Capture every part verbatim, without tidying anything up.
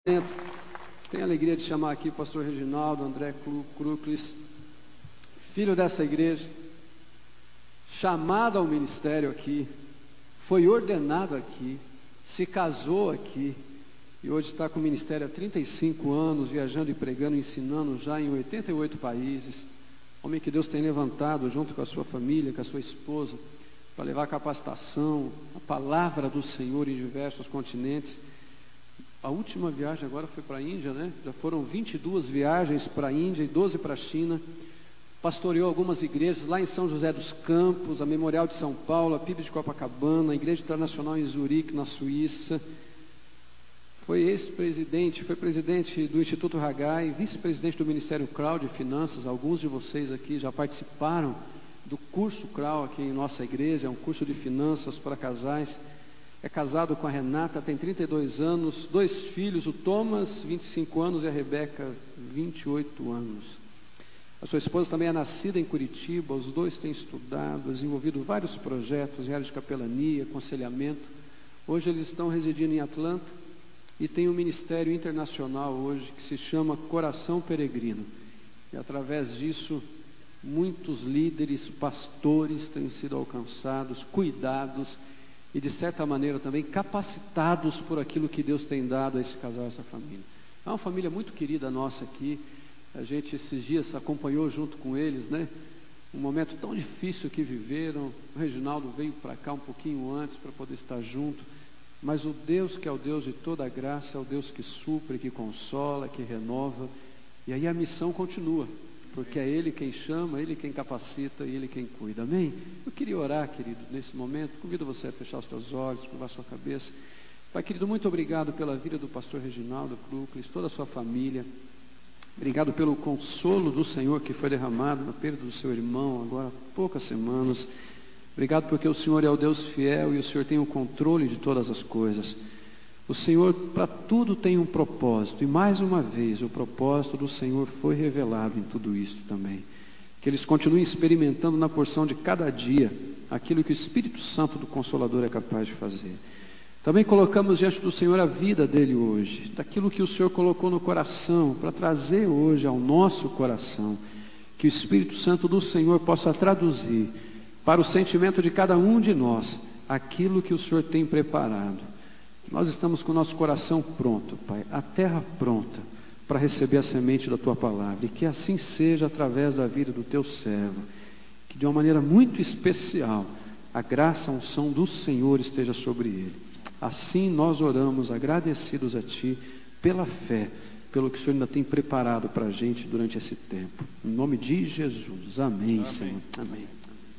Tenho a alegria de chamar aqui o pastor Reginaldo André Kruklis, filho dessa igreja, chamado ao ministério aqui, foi ordenado aqui, se casou aqui e hoje está com o ministério há trinta e cinco anos, viajando e pregando, ensinando já em oitenta e oito países. Homem que Deus tem levantado junto com a sua família, com a sua esposa, para levar a capacitação, a palavra do Senhor em diversos continentes. A última viagem agora foi para a Índia, né? Já foram vinte e duas viagens para a Índia e doze para a China. Pastoreou algumas igrejas lá em São José dos Campos, a Memorial de São Paulo, a P I B de Copacabana, a Igreja Internacional em Zurique, na Suíça. Foi ex-presidente, foi presidente do Instituto Haggai, vice-presidente do Ministério Crow de Finanças. Alguns de vocês aqui já participaram do curso Crow aqui em nossa igreja, é um curso de finanças para casais. É casado com a Renata, tem trinta e dois anos, dois filhos, o Thomas, vinte e cinco anos, e a Rebeca, vinte e oito anos. A sua esposa também é nascida em Curitiba, os dois têm estudado, desenvolvido vários projetos em área de capelania, aconselhamento. Hoje eles estão residindo em Atlanta e tem um ministério internacional hoje que se chama Coração Peregrino. E através disso, muitos líderes, pastores têm sido alcançados, cuidados, e de certa maneira também capacitados por aquilo que Deus tem dado a esse casal, a essa família. É uma família muito querida nossa aqui. A gente esses dias acompanhou junto com eles, né? Um momento tão difícil que viveram. O Reginaldo veio para cá um pouquinho antes para poder estar junto. Mas o Deus que é o Deus de toda a graça, é o Deus que supre, que consola, que renova. E aí a missão continua, porque é Ele quem chama, Ele quem capacita e Ele quem cuida. Amém? Eu queria orar, querido, nesse momento. Convido você a fechar os teus olhos, curvar a sua cabeça. Pai querido, muito obrigado pela vida do pastor Reginaldo Kruklis, toda a sua família. Obrigado pelo consolo do Senhor que foi derramado na perda do seu irmão, agora há poucas semanas. Obrigado porque o Senhor é o Deus fiel e o Senhor tem o controle de todas as coisas. O Senhor, para tudo, tem um propósito, e mais uma vez, o propósito do Senhor foi revelado em tudo isto também. Que eles continuem experimentando na porção de cada dia aquilo que o Espírito Santo do Consolador é capaz de fazer. Também colocamos diante do Senhor a vida dele hoje, daquilo que o Senhor colocou no coração, para trazer hoje ao nosso coração, que o Espírito Santo do Senhor possa traduzir para o sentimento de cada um de nós aquilo que o Senhor tem preparado. Nós estamos com o nosso coração pronto, Pai, a terra pronta para receber a semente da Tua palavra, e que assim seja através da vida do Teu servo, que de uma maneira muito especial a graça, a unção do Senhor esteja sobre ele. Assim nós oramos agradecidos a Ti pela fé, pelo que o Senhor ainda tem preparado para a gente durante esse tempo. Em nome de Jesus, amém, amém. Senhor, amém.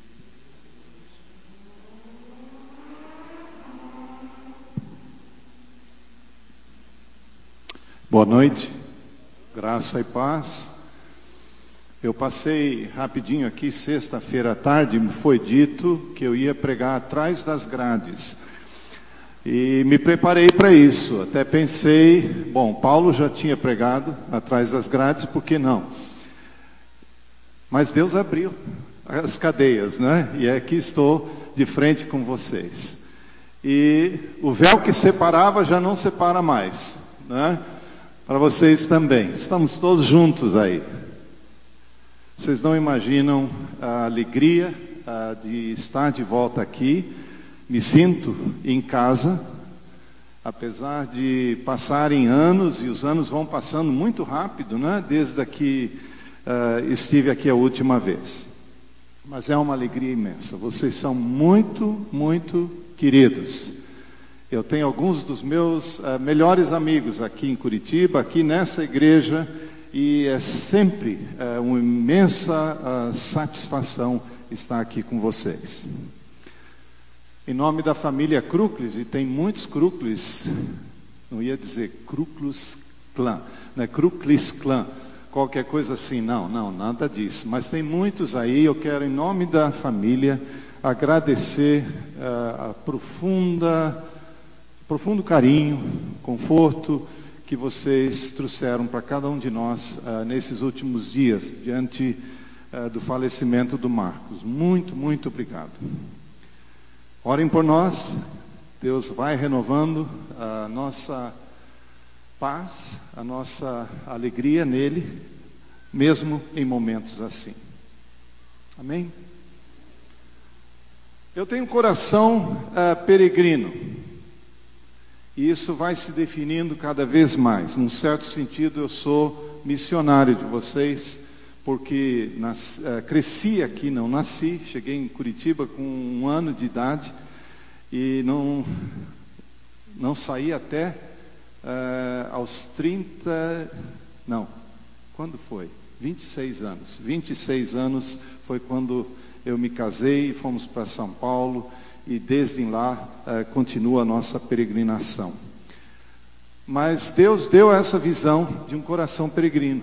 Boa noite, graça e paz. Eu passei rapidinho aqui, sexta-feira à tarde, me foi dito que eu ia pregar atrás das grades. E me preparei para isso, até pensei, bom, Paulo já tinha pregado atrás das grades, por que não? Mas Deus abriu as cadeias, né? E aqui estou de frente com vocês. E o véu que separava já não separa mais, né? Para vocês também, estamos todos juntos aí. Vocês não imaginam a alegria a, de estar de volta aqui. Me sinto em casa, apesar de passarem anos, e os anos vão passando muito rápido, né? Desde que uh, estive aqui a última vez. Mas é uma alegria imensa. Vocês são muito, muito queridos. Eu tenho alguns dos meus uh, melhores amigos aqui em Curitiba, aqui nessa igreja, e é sempre uh, uma imensa uh, satisfação estar aqui com vocês. Em nome da família Kruklis, e tem muitos Kruklis, não ia dizer Kruklis Klan, não é Kruklis Klan, qualquer coisa assim, não, não, nada disso. Mas tem muitos aí, eu quero em nome da família agradecer uh, a profunda... profundo carinho, conforto que vocês trouxeram para cada um de nós uh, nesses últimos dias, diante uh, do falecimento do Marcos. Muito, muito obrigado. Orem por nós, Deus vai renovando a nossa paz, a nossa alegria nele, mesmo em momentos assim. Amém? Eu tenho um coração uh, peregrino, e isso vai se definindo cada vez mais. Num certo sentido, eu sou missionário de vocês, porque nas, uh, cresci aqui, não nasci, cheguei em Curitiba com um ano de idade, e não, não saí até uh, aos trinta, não, quando foi? vinte e seis anos. vinte e seis anos foi quando eu me casei e fomos para São Paulo, e desde lá uh, continua a nossa peregrinação. Mas Deus deu essa visão de um coração peregrino,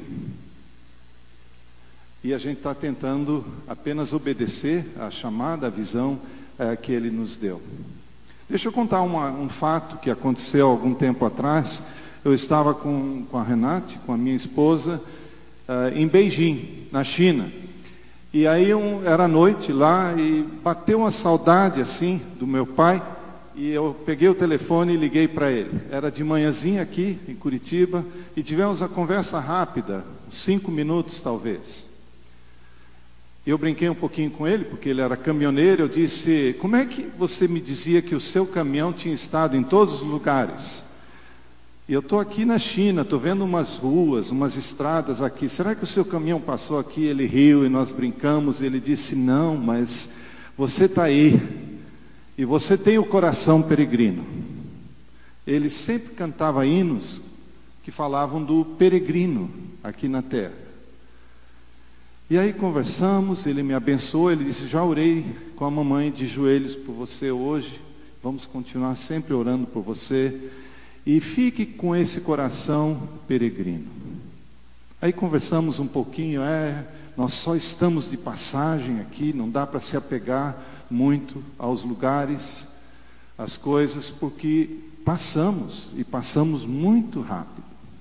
e a gente está tentando apenas obedecer à chamada, à visão uh, que Ele nos deu. Deixa eu contar uma, um fato que aconteceu algum tempo atrás. Eu estava com, com a Renate, com a minha esposa, uh, em Beijing, na China. E aí um, era noite lá, e bateu uma saudade assim do meu pai, e eu peguei o telefone e liguei para ele. Era de manhãzinha aqui em Curitiba, e tivemos a conversa rápida, cinco minutos talvez. Eu brinquei um pouquinho com ele, porque ele era caminhoneiro. Eu disse: como é que você me dizia que o seu caminhão tinha estado em todos os lugares? E eu estou aqui na China, estou vendo umas ruas, umas estradas aqui. Será que o seu caminhão passou aqui? Ele riu e nós brincamos. Ele disse: não, mas você está aí, e você tem o coração peregrino. Ele sempre cantava hinos que falavam do peregrino aqui na terra. E aí conversamos, ele me abençoou, ele disse: já orei com a mamãe de joelhos por você hoje, vamos continuar sempre orando por você, e fique com esse coração peregrino. Aí conversamos um pouquinho. É, nós só estamos de passagem aqui, não dá para se apegar muito aos lugares, às coisas, porque passamos, e passamos muito rápido.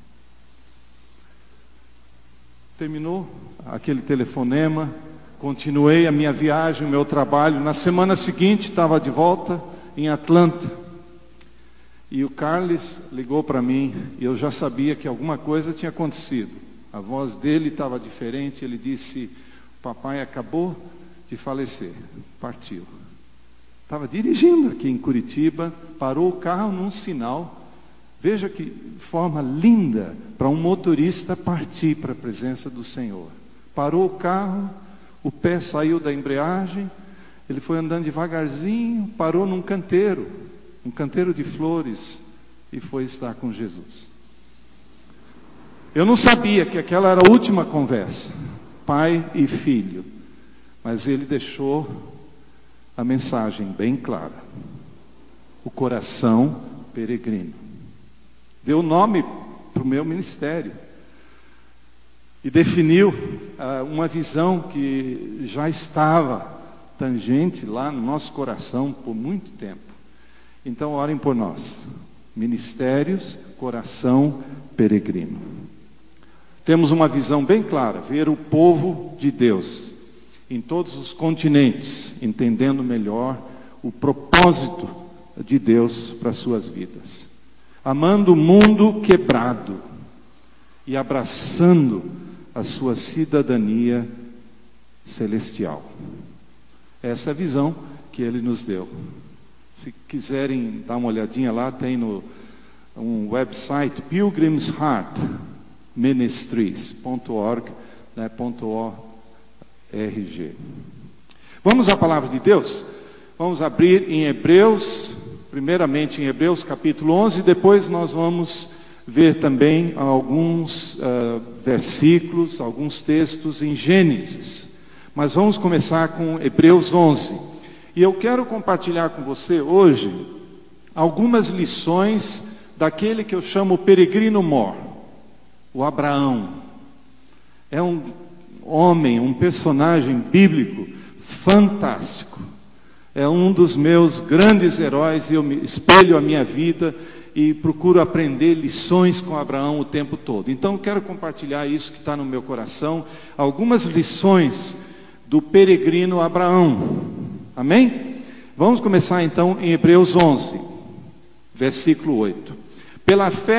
Terminou aquele telefonema, continuei a minha viagem, o meu trabalho. Na semana seguinte estava de volta em Atlanta, e o Carlos ligou para mim, e eu já sabia que alguma coisa tinha acontecido. A voz dele estava diferente. Ele disse: papai acabou de falecer, partiu. Estava dirigindo aqui em Curitiba, parou o carro num sinal. Veja que forma linda para um motorista partir para a presença do Senhor. Parou o carro, o pé saiu da embreagem, ele foi andando devagarzinho, parou num canteiro, um canteiro de flores, e foi estar com Jesus. Eu não sabia que aquela era a última conversa, pai e filho, mas ele deixou a mensagem bem clara: o coração peregrino. Deu nome para o meu ministério e definiu uh, uma visão que já estava tangente lá no nosso coração por muito tempo. Então orem por nós. Ministérios, coração peregrino. Temos uma visão bem clara: ver o povo de Deus em todos os continentes, entendendo melhor o propósito de Deus para as suas vidas, amando o mundo quebrado e abraçando a sua cidadania celestial. Essa é a visão que Ele nos deu. Se quiserem dar uma olhadinha lá, tem no um website, pilgrims heart ministries ponto org, né, .org. Vamos à palavra de Deus? Vamos abrir em Hebreus, primeiramente em Hebreus capítulo onze, depois nós vamos ver também alguns uh, versículos, alguns textos em Gênesis. Mas vamos começar com Hebreus onze. E eu quero compartilhar com você hoje algumas lições daquele que eu chamo peregrino mor, o Abraão. É um homem, um personagem bíblico fantástico. É um dos meus grandes heróis, e eu me espelho a minha vida e procuro aprender lições com Abraão o tempo todo. Então eu quero compartilhar isso que está no meu coração, algumas lições do peregrino Abraão. Amém? Vamos começar então em Hebreus onze, versículo oito. Pela fé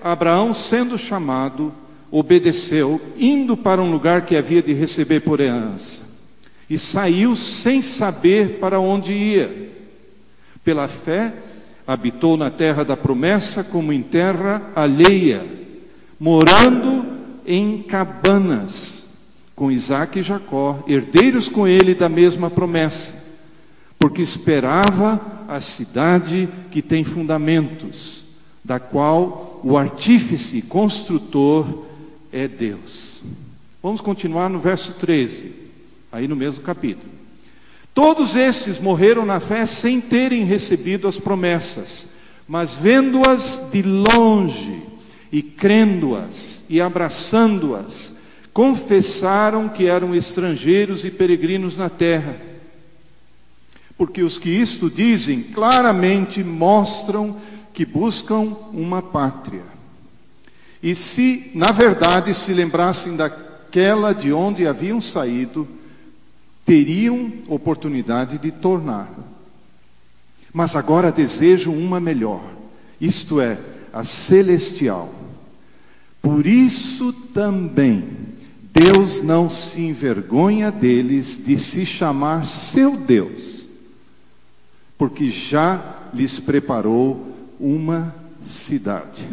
Abraão, sendo chamado, obedeceu, indo para um lugar que havia de receber por herança. E saiu sem saber para onde ia. Pela fé, habitou na terra da promessa como em terra alheia, morando em cabanas, com Isaque e Jacó, herdeiros com ele da mesma promessa, porque esperava a cidade que tem fundamentos, da qual o artífice e construtor é Deus. Vamos continuar no verso treze, aí no mesmo capítulo. Todos estes morreram na fé sem terem recebido as promessas, mas vendo-as de longe e crendo-as e abraçando-as, confessaram que eram estrangeiros e peregrinos na terra. Porque os que isto dizem claramente mostram que buscam uma pátria. E se, na verdade, se lembrassem daquela de onde haviam saído, teriam oportunidade de tornar. Mas agora desejam uma melhor, isto é, a celestial. Por isso também Deus não se envergonha deles de se chamar seu Deus, porque já lhes preparou uma cidade.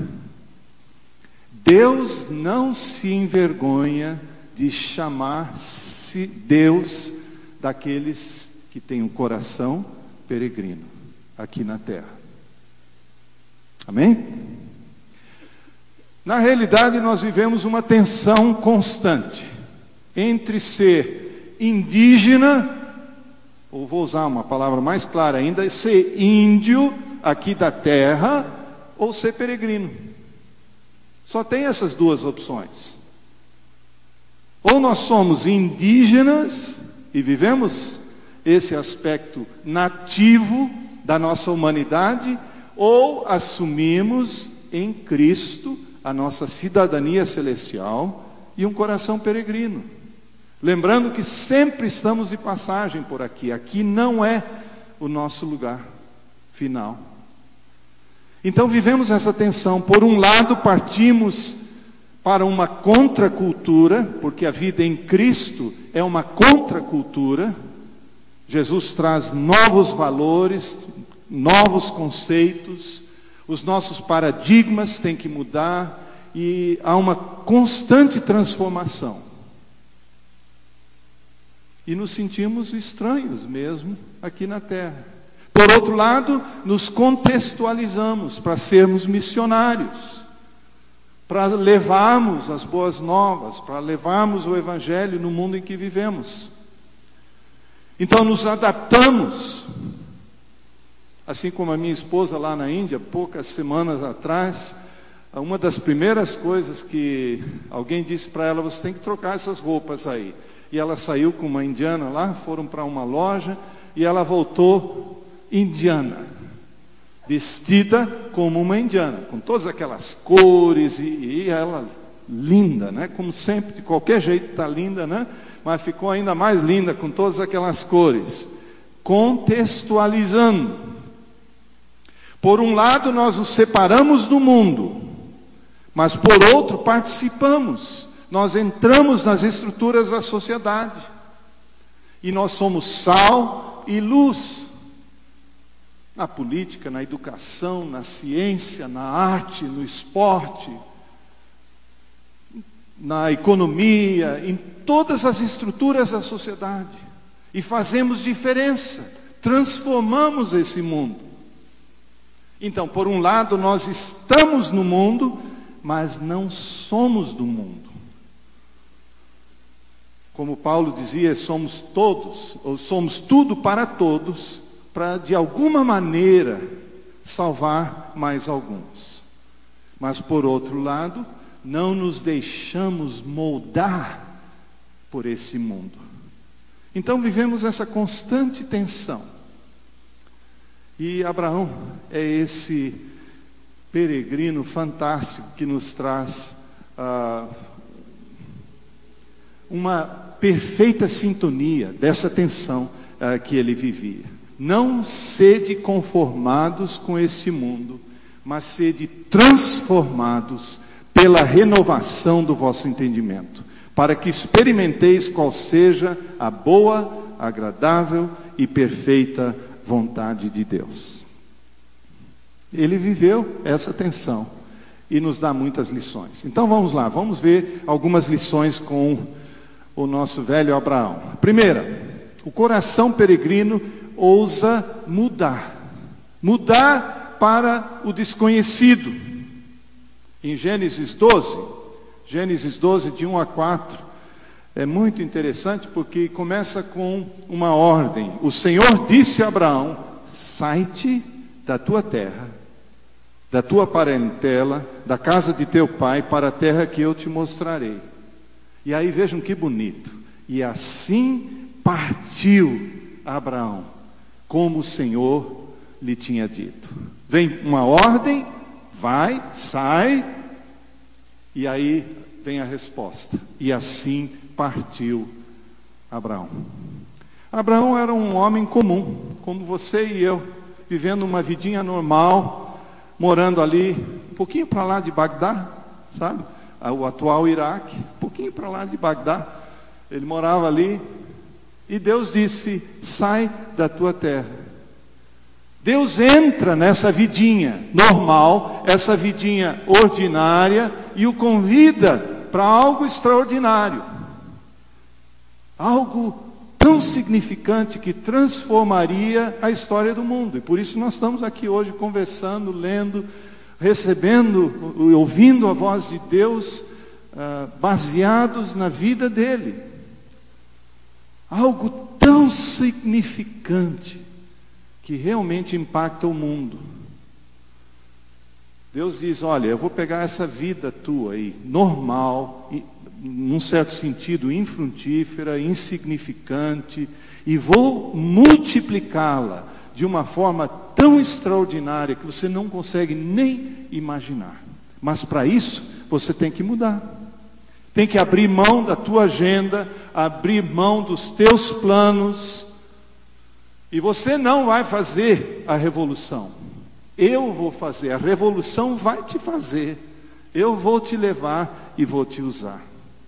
Deus não se envergonha de chamar-se Deus daqueles que têm um coração peregrino aqui na terra. Amém? Na realidade, nós vivemos uma tensão constante entre ser indígena, ou vou usar uma palavra mais clara ainda, ser índio aqui da terra, ou ser peregrino. Só tem essas duas opções. Ou nós somos indígenas e vivemos esse aspecto nativo da nossa humanidade, ou assumimos em Cristo a nossa cidadania celestial e um coração peregrino. Lembrando que sempre estamos de passagem por aqui. Aqui não é o nosso lugar final. Então vivemos essa tensão. Por um lado, partimos para uma contracultura, porque a vida em Cristo é uma contracultura. Jesus traz novos valores, novos conceitos, os nossos paradigmas têm que mudar e há uma constante transformação. E nos sentimos estranhos mesmo aqui na terra. Por outro lado, nos contextualizamos para sermos missionários, para levarmos as boas novas, para levarmos o Evangelho no mundo em que vivemos. Então nos adaptamos. Assim como a minha esposa lá na Índia, poucas semanas atrás, uma das primeiras coisas que alguém disse para ela: você tem que trocar essas roupas aí. E ela saiu com uma indiana lá, foram para uma loja, e ela voltou indiana, vestida como uma indiana, com todas aquelas cores, e, e ela linda, né? Como sempre, de qualquer jeito está linda, né? Mas ficou ainda mais linda com todas aquelas cores, contextualizando. Por um lado, nós nos separamos do mundo, mas por outro, participamos. Nós entramos nas estruturas da sociedade. E nós somos sal e luz. Na política, na educação, na ciência, na arte, no esporte, na economia, em todas as estruturas da sociedade. E fazemos diferença. Transformamos esse mundo. Então, por um lado, nós estamos no mundo, mas não somos do mundo. Como Paulo dizia, somos todos, ou somos tudo para todos, para de alguma maneira salvar mais alguns. Mas por outro lado, não nos deixamos moldar por esse mundo. Então vivemos essa constante tensão. E Abraão é esse peregrino fantástico que nos traz ah, uma perfeita sintonia dessa tensão ah, que ele vivia. Não sede conformados com este mundo, mas sede transformados pela renovação do vosso entendimento, para que experimenteis qual seja a boa, agradável e perfeita vontade de Deus. Ele viveu essa tensão e nos dá muitas lições. Então vamos lá, vamos ver algumas lições com o nosso velho Abraão. Primeira, o coração peregrino ousa mudar. Mudar para o desconhecido. Em Gênesis doze, Gênesis doze, de um a quatro, é muito interessante porque começa com uma ordem. O Senhor disse a Abraão: sai-te da tua terra, da tua parentela, da casa de teu pai, para a terra que eu te mostrarei. E aí vejam que bonito. E assim partiu Abraão, como o Senhor lhe tinha dito. Vem uma ordem, vai, sai, e aí vem a resposta. E assim partiu Abraão. Abraão era um homem comum, como você e eu, vivendo uma vidinha normal, morando ali, um pouquinho para lá de Bagdá, sabe? O atual Iraque, um pouquinho para lá de Bagdá. Ele morava ali, e Deus disse: sai da tua terra. Deus entra nessa vidinha normal, essa vidinha ordinária, e o convida para algo extraordinário. Algo tão significante que transformaria a história do mundo. E por isso nós estamos aqui hoje conversando, lendo, recebendo, ouvindo a voz de Deus, uh, baseados na vida dele. Algo tão significante que realmente impacta o mundo. Deus diz: olha, eu vou pegar essa vida tua aí, normal, num certo sentido infrutífera, insignificante, e vou multiplicá-la de uma forma tão extraordinária que você não consegue nem imaginar. Mas para isso você tem que mudar. Tem que abrir mão da tua agenda, abrir mão dos teus planos. E você não vai fazer a revolução. Eu vou fazer. A revolução vai te fazer. Eu vou te levar e vou te usar.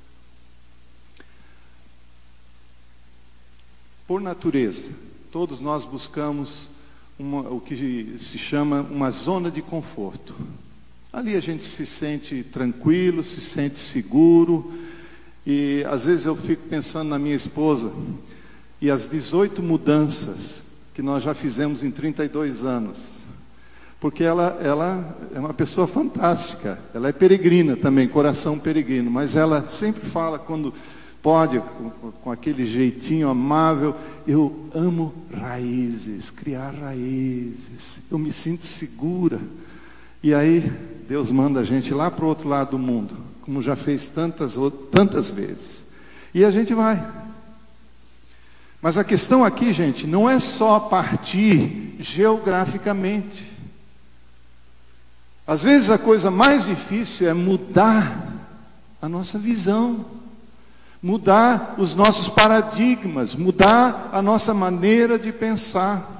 Por natureza, todos nós buscamos uma, o que se chama uma zona de conforto. Ali a gente se sente tranquilo, se sente seguro. E às vezes eu fico pensando na minha esposa e as dezoito mudanças que nós já fizemos em trinta e dois anos. Porque ela, ela é uma pessoa fantástica. Ela é peregrina também, coração peregrino. Mas ela sempre fala, quando pode, com, com aquele jeitinho amável: eu amo raízes, criar raízes. Eu me sinto segura. E aí Deus manda a gente lá para o outro lado do mundo, como já fez tantas, tantas vezes. E a gente vai. Mas a questão aqui, gente, não é só partir geograficamente. Às vezes a coisa mais difícil é mudar a nossa visão, mudar os nossos paradigmas, mudar a nossa maneira de pensar.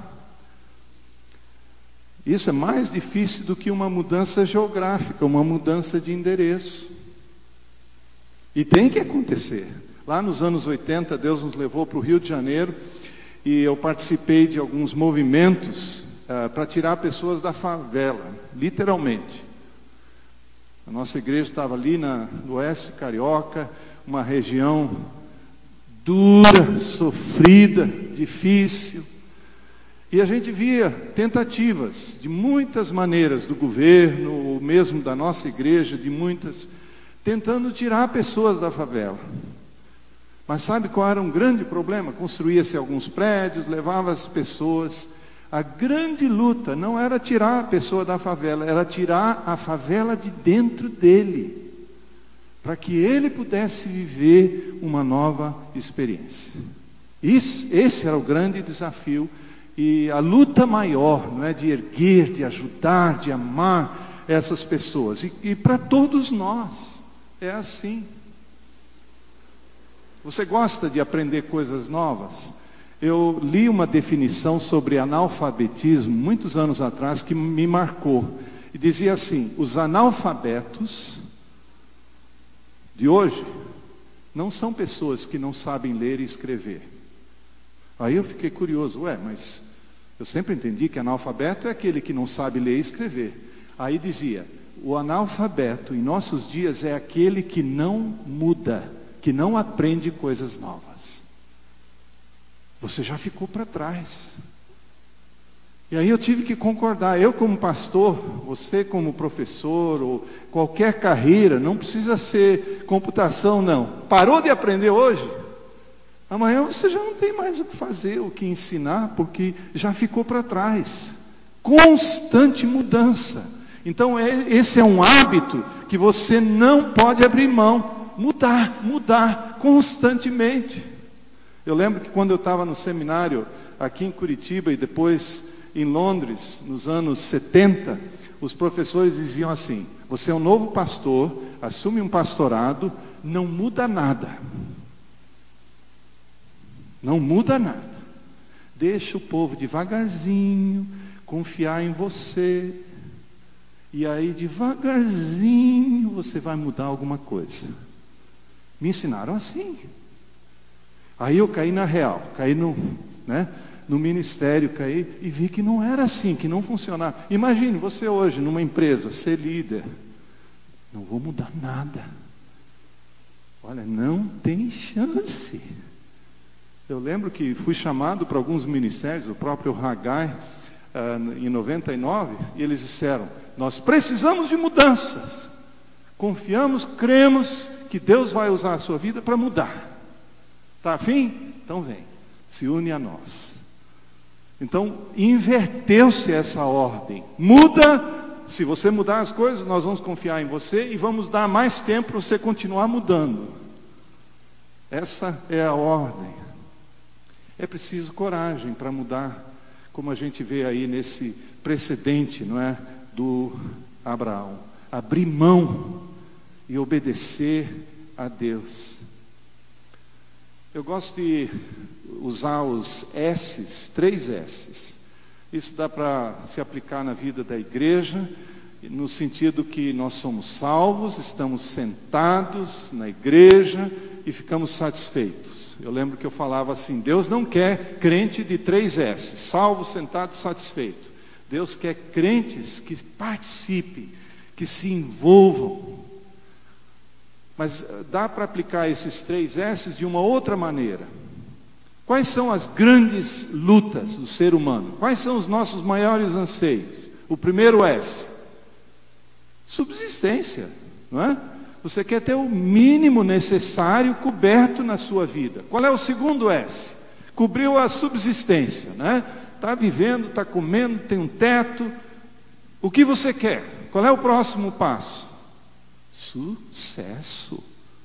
Isso é mais difícil do que uma mudança geográfica, uma mudança de endereço. E tem que acontecer. Lá nos anos oitenta, Deus nos levou para o Rio de Janeiro e eu participei de alguns movimentos uh, para tirar pessoas da favela, literalmente. A nossa igreja estava ali na, no oeste carioca, uma região dura, sofrida, difícil. E a gente via tentativas de muitas maneiras do governo, ou mesmo da nossa igreja, de muitas, tentando tirar pessoas da favela. Mas sabe qual era um grande problema? Construía-se alguns prédios, levava as pessoas. A grande luta não era tirar a pessoa da favela, era tirar a favela de dentro dele, para que ele pudesse viver uma nova experiência. Isso, esse era o grande desafio. E a luta maior, não é, de erguer, de ajudar, de amar essas pessoas. E, e para todos nós é assim. Você gosta de aprender coisas novas? Eu li uma definição sobre analfabetismo muitos anos atrás que me marcou. e dizia assim: os analfabetos de hoje não são pessoas que não sabem ler e escrever. Aí eu fiquei curioso, ué, mas eu sempre entendi que analfabeto é aquele que não sabe ler e escrever. Aí dizia: o analfabeto em nossos dias é aquele que não muda, que não aprende coisas novas. Você já ficou para trás. E aí eu tive que concordar. Eu como pastor, você como professor, ou qualquer carreira, não precisa ser computação não. Parou de aprender hoje? Amanhã você já não tem mais o que fazer, o que ensinar, porque já ficou para trás. Constante mudança. Então é, esse é um hábito que você não pode abrir mão. Mudar, mudar constantemente. Eu lembro que quando eu estava no seminário aqui em Curitiba e depois em Londres, nos anos setenta, os professores diziam assim: você é um novo pastor, assume um pastorado, não muda nada. Não muda nada. Deixa o povo devagarzinho confiar em você. E aí devagarzinho você vai mudar alguma coisa. Me ensinaram assim. Aí eu caí na real, caí no, né, no ministério, caí e vi que não era assim, que não funcionava. Imagine você hoje numa empresa, ser líder. Não vou mudar nada. Olha, não tem chance. Eu lembro que fui chamado para alguns ministérios, o próprio Haggai, uh, em noventa e nove, e eles disseram: nós precisamos de mudanças. Confiamos, cremos que Deus vai usar a sua vida para mudar. Está afim? Então vem, se une a nós. Então, inverteu-se essa ordem. Muda, se você mudar as coisas, nós vamos confiar em você e vamos dar mais tempo para você continuar mudando. Essa é a ordem. É preciso coragem para mudar, como a gente vê aí nesse precedente, não é, do Abraão. Abrir mão e obedecer a Deus. Eu gosto de usar os S's, três S's. Isso dá para se aplicar na vida da igreja, no sentido que nós somos salvos, estamos sentados na igreja e ficamos satisfeitos. Eu lembro que eu falava assim: Deus não quer crente de três S's, salvo, sentado, satisfeito. Deus quer crentes que participem, que se envolvam. Mas dá para aplicar esses três S's de uma outra maneira. Quais são as grandes lutas do ser humano? Quais são os nossos maiores anseios? O primeiro S, subsistência, não é? Você quer ter o mínimo necessário coberto na sua vida. Qual é o segundo S? Cobriu a subsistência, né? Está vivendo, está comendo, tem um teto. O que você quer? Qual é o próximo passo? Sucesso,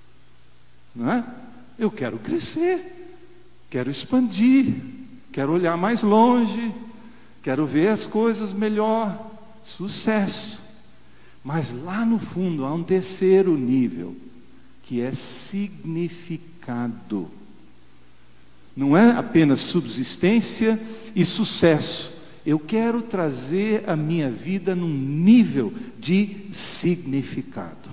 não é? Eu quero crescer, quero expandir, quero olhar mais longe, quero ver as coisas melhor. Sucesso. Mas lá no fundo há um terceiro nível, que é significado. Não é apenas subsistência e sucesso. Eu quero trazer a minha vida num nível de significado.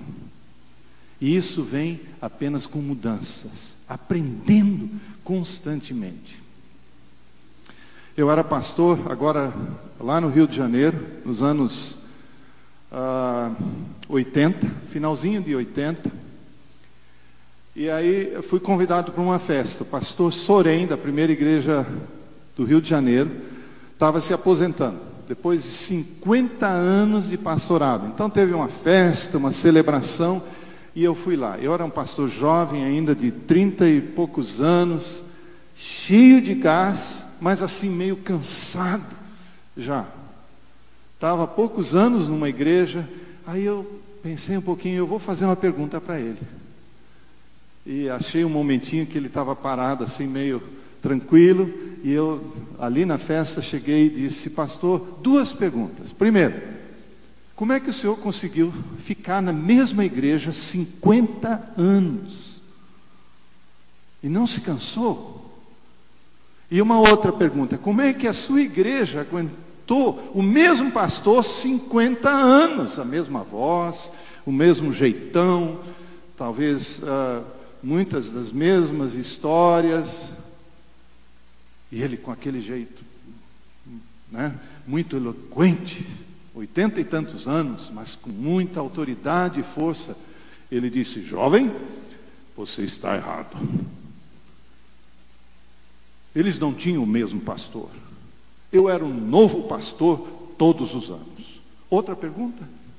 E isso vem apenas com mudanças, aprendendo constantemente. Eu era pastor agora lá no Rio de Janeiro, nos anos Uh, oitenta, finalzinho de oitenta, e aí eu fui convidado para uma festa. O pastor Sorém, da primeira igreja do Rio de Janeiro, estava se aposentando, depois de cinquenta anos de pastorado. Então teve uma festa, uma celebração, e eu fui lá. Eu era um pastor jovem ainda, de trinta e poucos anos, cheio de gás, mas assim meio cansado já. Estava há poucos anos numa igreja. Aí eu pensei um pouquinho, eu vou fazer uma pergunta para ele. E achei um momentinho que ele estava parado assim, meio tranquilo. E eu, ali na festa, cheguei e disse: pastor, duas perguntas. Primeiro, como é que o senhor conseguiu ficar na mesma igreja cinquenta anos? E não se cansou? E uma outra pergunta: como é que a sua igreja Estou, o mesmo pastor, cinquenta anos, a mesma voz, o mesmo jeitão, talvez uh, muitas das mesmas histórias, e ele com aquele jeito, né, muito eloquente, oitenta e tantos anos, mas com muita autoridade e força. Ele disse: jovem, você está errado. Eles não tinham o mesmo pastor. Eu era um novo pastor todos os anos. Outra pergunta?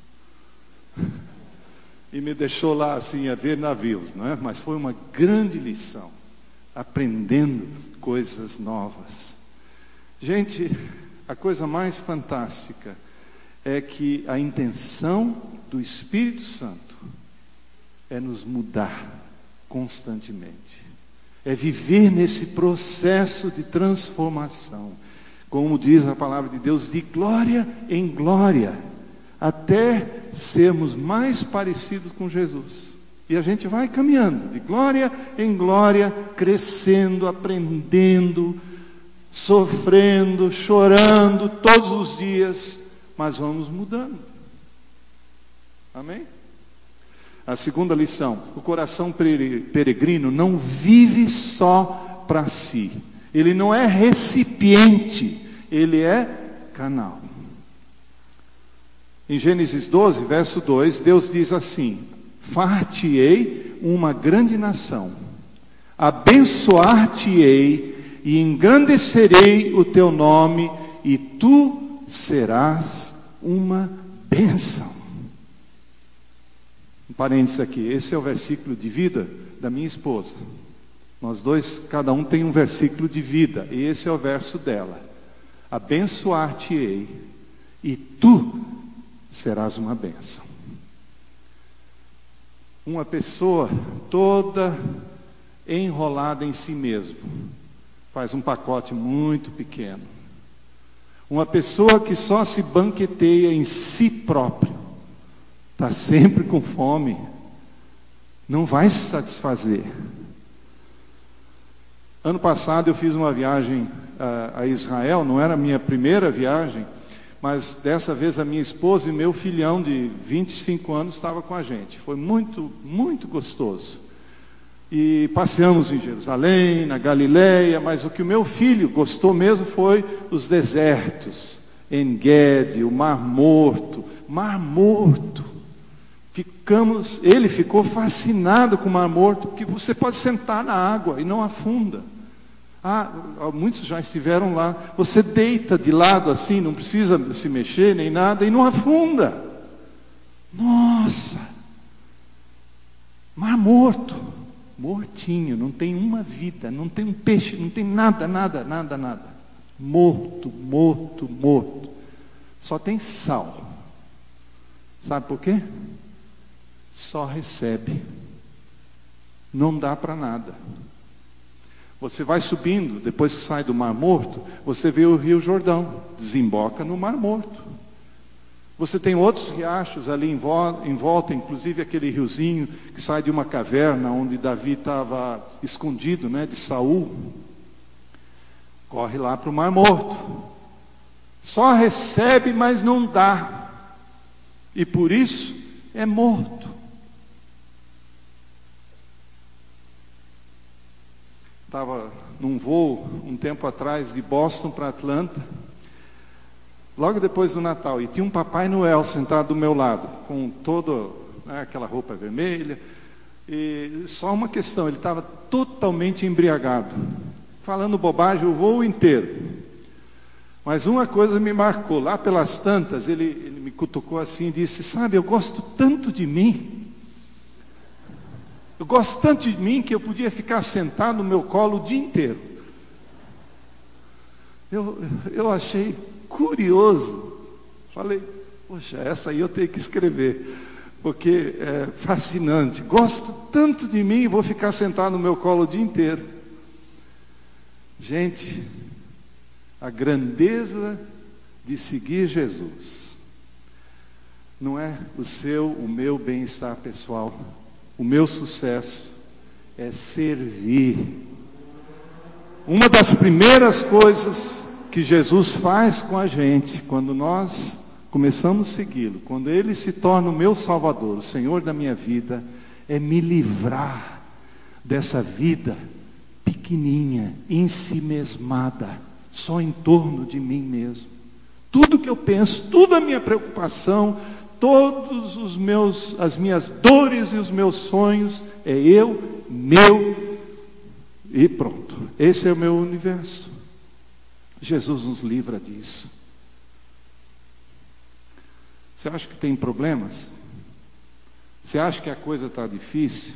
E me deixou lá assim a ver navios, não é? Mas foi uma grande lição, aprendendo coisas novas. Gente, a coisa mais fantástica é que a intenção do Espírito Santo é nos mudar constantemente, é viver nesse processo de transformação, como diz a palavra de Deus, de glória em glória, até sermos mais parecidos com Jesus. E a gente vai caminhando de glória em glória, crescendo, aprendendo, sofrendo, chorando todos os dias, mas vamos mudando. Amém? A segunda lição: o coração peregrino não vive só para si. Ele não é recipiente, ele é canal. Em Gênesis doze, verso dois, Deus diz assim: far-te-ei uma grande nação, abençoar-te-ei e engrandecerei o teu nome, e tu serás uma bênção. Um parênteses aqui, esse é o versículo de vida da minha esposa. Nós dois, cada um tem um versículo de vida, e esse é o verso dela: abençoar-te-ei e tu serás uma bênção. Uma pessoa toda enrolada em si mesmo faz um pacote muito pequeno. Uma pessoa que só se banqueteia em si próprio, está sempre com fome, não vai se satisfazer. Ano passado eu fiz uma viagem a, a Israel, não era a minha primeira viagem, mas dessa vez a minha esposa e meu filhão de vinte e cinco anos estavam com a gente. Foi muito, muito gostoso. E passeamos em Jerusalém, na Galileia, mas o que o meu filho gostou mesmo foi os desertos, En-Gedi, o Mar Morto. Mar Morto. Ficamos, ele ficou fascinado com o Mar Morto, porque você pode sentar na água e não afunda. Ah, muitos já estiveram lá. Você deita de lado assim, não precisa se mexer nem nada, e não afunda. Nossa! Mar Morto. Mortinho, não tem uma vida, não tem um peixe, não tem nada, nada, nada, nada. Morto, morto, morto. Só tem sal. Sabe por quê? Só recebe. Não dá para nada. Você vai subindo, depois que sai do Mar Morto, você vê o Rio Jordão, desemboca no Mar Morto. Você tem outros riachos ali em volta, em volta, inclusive aquele riozinho que sai de uma caverna onde Davi estava escondido, né, de Saul. Corre lá para o Mar Morto. Só recebe, mas não dá. E por isso é morto. Estava num voo um tempo atrás de Boston para Atlanta, logo depois do Natal, e tinha um Papai Noel sentado do meu lado, com toda, né, aquela roupa vermelha, e só uma questão, ele estava totalmente embriagado, falando bobagem o voo inteiro. Mas uma coisa me marcou, lá pelas tantas, ele, ele me cutucou assim e disse: sabe, eu gosto tanto de mim, eu gosto tanto de mim que eu podia ficar sentado no meu colo o dia inteiro. Eu, eu achei curioso. Falei, poxa, essa aí eu tenho que escrever, porque é fascinante. Gosto tanto de mim e vou ficar sentado no meu colo o dia inteiro. Gente, a grandeza de seguir Jesus não é o seu, o meu bem-estar pessoal. O meu sucesso é servir. Uma das primeiras coisas que Jesus faz com a gente, quando nós começamos a segui-lo, quando Ele se torna o meu Salvador, o Senhor da minha vida, é me livrar dessa vida pequenininha, ensimesmada, só em torno de mim mesmo. Tudo que eu penso, toda a minha preocupação, todos os meus, as minhas dores e os meus sonhos, é eu, meu, e pronto. Esse é o meu universo. Jesus nos livra disso. Você acha que tem problemas? Você acha que a coisa está difícil?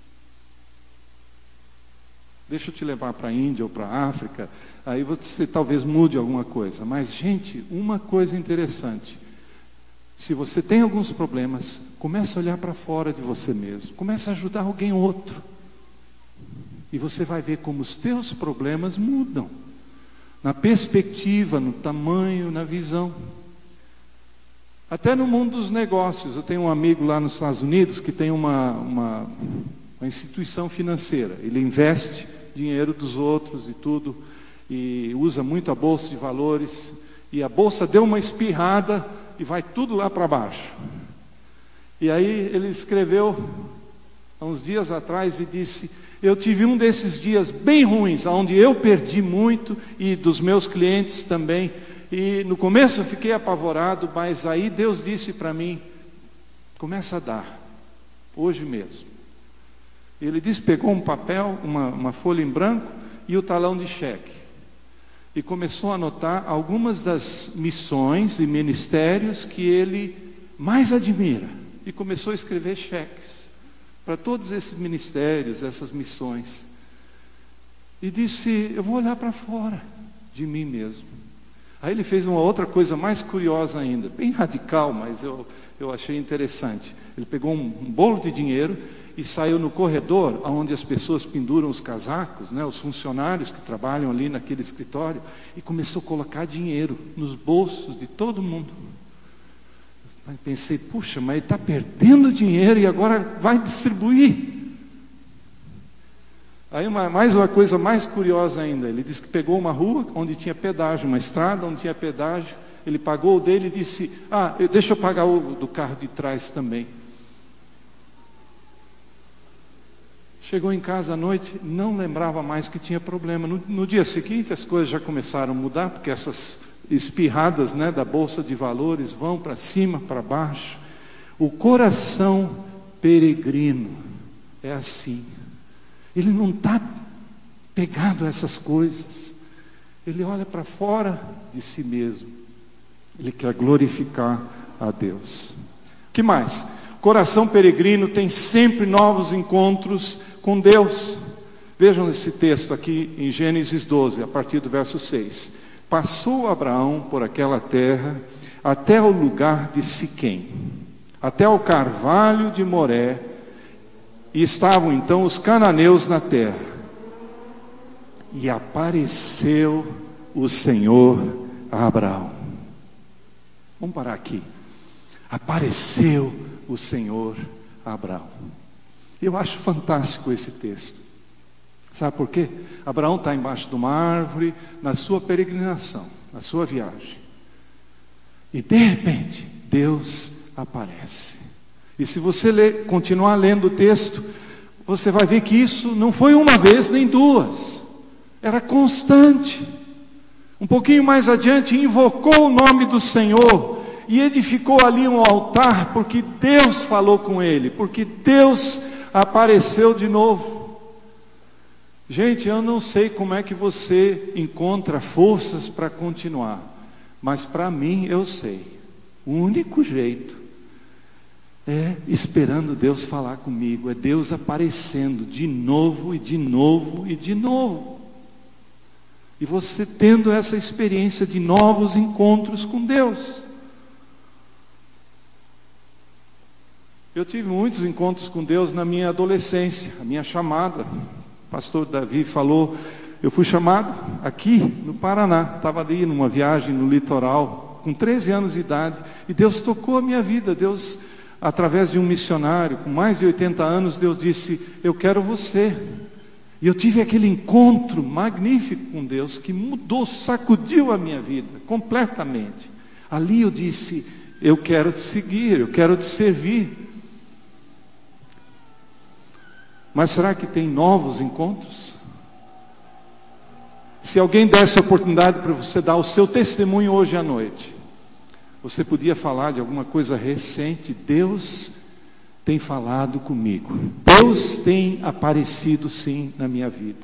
Deixa eu te levar para a Índia ou para a África, aí você talvez mude alguma coisa. Mas, gente, uma coisa interessante. Se você tem alguns problemas, comece a olhar para fora de você mesmo. Comece a ajudar alguém outro. E você vai ver como os teus problemas mudam. Na perspectiva, no tamanho, na visão. Até no mundo dos negócios. Eu tenho um amigo lá nos Estados Unidos que tem uma, uma, uma instituição financeira. Ele investe dinheiro dos outros e tudo, e usa muito a bolsa de valores, e a bolsa deu uma espirrada e vai tudo lá para baixo. E aí ele escreveu há uns dias atrás e disse: eu tive um desses dias bem ruins, onde eu perdi muito, e dos meus clientes também, e no começo eu fiquei apavorado, mas aí Deus disse para mim: começa a dar, hoje mesmo. Ele disse, pegou um papel, uma, uma folha em branco e o talão de cheque, e começou a anotar algumas das missões e ministérios que ele mais admira, e começou a escrever cheques para todos esses ministérios, essas missões, e disse: eu vou olhar para fora de mim mesmo. Aí ele fez uma outra coisa mais curiosa ainda, bem radical, mas eu, eu achei interessante. Ele pegou um, um bolo de dinheiro e saiu no corredor, onde as pessoas penduram os casacos, né, os funcionários que trabalham ali naquele escritório, e começou a colocar dinheiro nos bolsos de todo mundo. Aí pensei, puxa, mas ele está perdendo dinheiro e agora vai distribuir. Aí uma, mais uma coisa mais curiosa ainda, ele disse que pegou uma rua onde tinha pedágio, uma estrada onde tinha pedágio, ele pagou o dele e disse: ah, eu, deixa eu pagar o do carro de trás também. Chegou em casa à noite, não lembrava mais que tinha problema. No, no dia seguinte as coisas já começaram a mudar, porque essas espirradas, né, da bolsa de valores vão para cima, para baixo. O coração peregrino é assim. Ele não está pegado a essas coisas. Ele olha para fora de si mesmo. Ele quer glorificar a Deus. O que mais? Coração peregrino tem sempre novos encontros com Deus. Vejam esse texto aqui em Gênesis doze, a partir do verso seis. Passou Abraão por aquela terra até o lugar de Siquém, até o carvalho de Moré, e estavam então os cananeus na terra. E apareceu o Senhor a Abraão. Vamos parar aqui. Apareceu o Senhor a Abraão. Eu acho fantástico esse texto. Sabe por quê? Abraão está embaixo de uma árvore, na sua peregrinação, na sua viagem. E de repente, Deus aparece. E se você ler, continuar lendo o texto, você vai ver que isso não foi uma vez nem duas. Era constante. Um pouquinho mais adiante, invocou o nome do Senhor e edificou ali um altar, porque Deus falou com ele, porque Deus apareceu de novo. Gente, eu não sei como é que você encontra forças para continuar, mas para mim eu sei. O único jeito é esperando Deus falar comigo, é Deus aparecendo de novo e de novo e de novo. E você tendo essa experiência de novos encontros com Deus. Eu tive muitos encontros com Deus na minha adolescência, a minha chamada. O pastor Davi falou, eu fui chamado aqui no Paraná, estava ali numa viagem no litoral, com treze anos de idade, e Deus tocou a minha vida. Deus, através de um missionário, com mais de oitenta anos, Deus disse: eu quero você. E eu tive aquele encontro magnífico com Deus que mudou, sacudiu a minha vida completamente. Ali eu disse: eu quero te seguir, eu quero te servir. Mas será que tem novos encontros? Se alguém desse a oportunidade para você dar o seu testemunho hoje à noite, você podia falar de alguma coisa recente. Deus tem falado comigo, Deus tem aparecido sim na minha vida.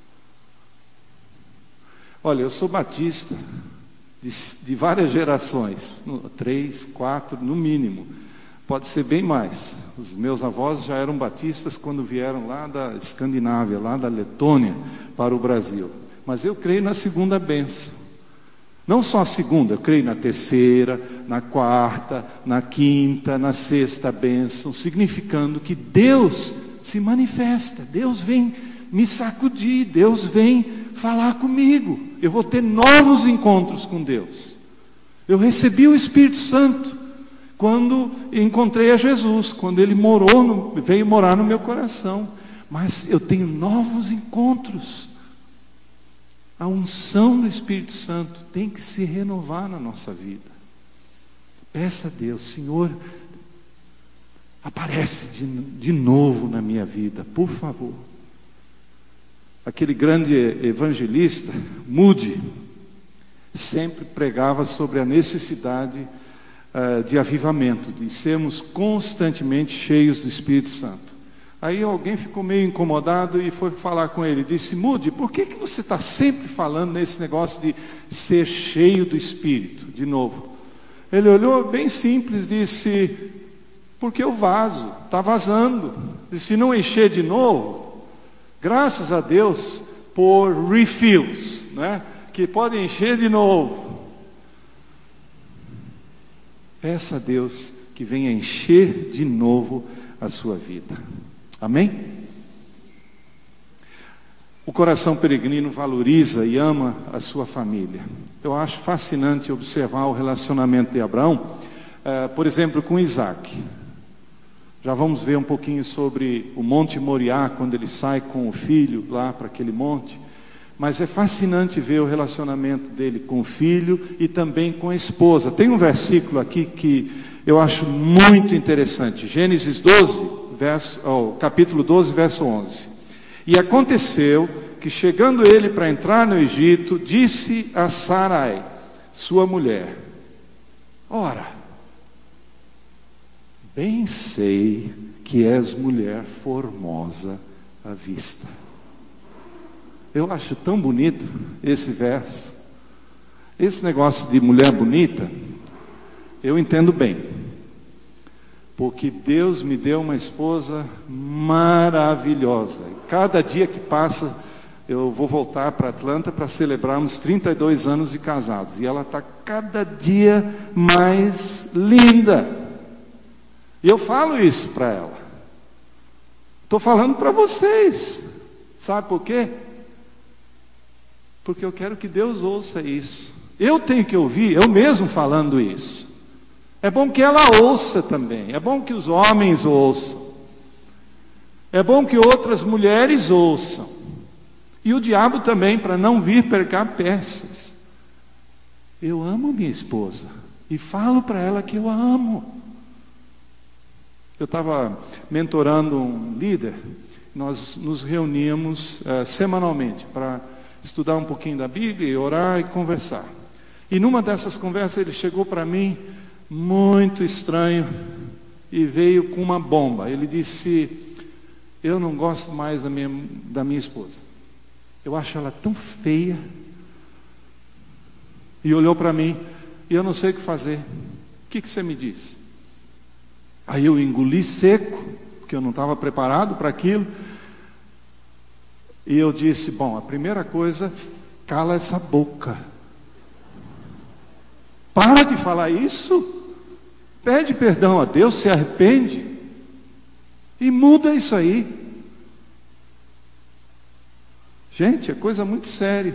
Olha, eu sou batista de, de várias gerações, três, quatro no mínimo, pode ser bem mais. Os meus avós já eram batistas quando vieram lá da Escandinávia, lá da Letônia para o Brasil. Mas eu creio na segunda bênção. Não só a segunda, eu creio na terceira, na quarta, na quinta, na sexta bênção, significando que Deus se manifesta, Deus vem me sacudir, Deus vem falar comigo. Eu vou ter novos encontros com Deus. Eu recebi o Espírito Santo quando encontrei a Jesus, quando Ele morou, no, veio morar no meu coração. Mas eu tenho novos encontros. A unção do Espírito Santo tem que se renovar na nossa vida. Peça a Deus: Senhor, aparece de, de novo na minha vida, por favor. Aquele grande evangelista, Moody, sempre pregava sobre a necessidade uh, de avivamento, de sermos constantemente cheios do Espírito Santo. Aí alguém ficou meio incomodado e foi falar com ele, disse: Moody, por que, que você está sempre falando nesse negócio de ser cheio do Espírito, de novo? Ele olhou bem simples, disse: porque o vaso está vazando. Disse: se não encher de novo, graças a Deus por refills, né? Que podem encher de novo. Peça a Deus que venha encher de novo a sua vida. Amém? O coração peregrino valoriza e ama a sua família. Eu acho fascinante observar o relacionamento de Abraão, uh, por exemplo, com Isaac. Já vamos ver um pouquinho sobre o Monte Moriá, quando ele sai com o filho lá para aquele monte. Mas é fascinante ver o relacionamento dele com o filho e também com a esposa. Tem um versículo aqui que eu acho muito interessante. Gênesis doze, verso, oh, capítulo doze, verso onze. E aconteceu que, chegando ele para entrar no Egito, disse a Sarai, sua mulher: ora, bem sei que és mulher formosa à vista. Eu acho tão bonito esse verso. Esse negócio de mulher bonita, eu entendo bem, porque Deus me deu uma esposa maravilhosa. Cada dia que passa, eu vou voltar para Atlanta para celebrarmos trinta e dois anos de casados, e ela está cada dia mais linda. E eu falo isso para ela. Estou falando para vocês. Sabe por quê? Porque eu quero que Deus ouça isso. Eu tenho que ouvir, eu mesmo falando isso. É bom que ela ouça também. É bom que os homens ouçam. É bom que outras mulheres ouçam. E o diabo também, para não vir pregar peças. Eu amo minha esposa. E falo para ela que eu a amo. Eu estava mentorando um líder. Nós nos reuníamos uh, semanalmente para estudar um pouquinho da Bíblia, orar e conversar. E numa dessas conversas ele chegou para mim muito estranho e veio com uma bomba. Ele disse: eu não gosto mais da minha, da minha esposa. Eu acho ela tão feia. E olhou para mim: e eu não sei o que fazer. O que, que você me diz? Aí eu engoli seco, porque eu não estava preparado para aquilo. E eu disse: bom, a primeira coisa, cala essa boca. Para de falar isso. Pede perdão a Deus, se arrepende. E muda isso aí. Gente, é coisa muito séria.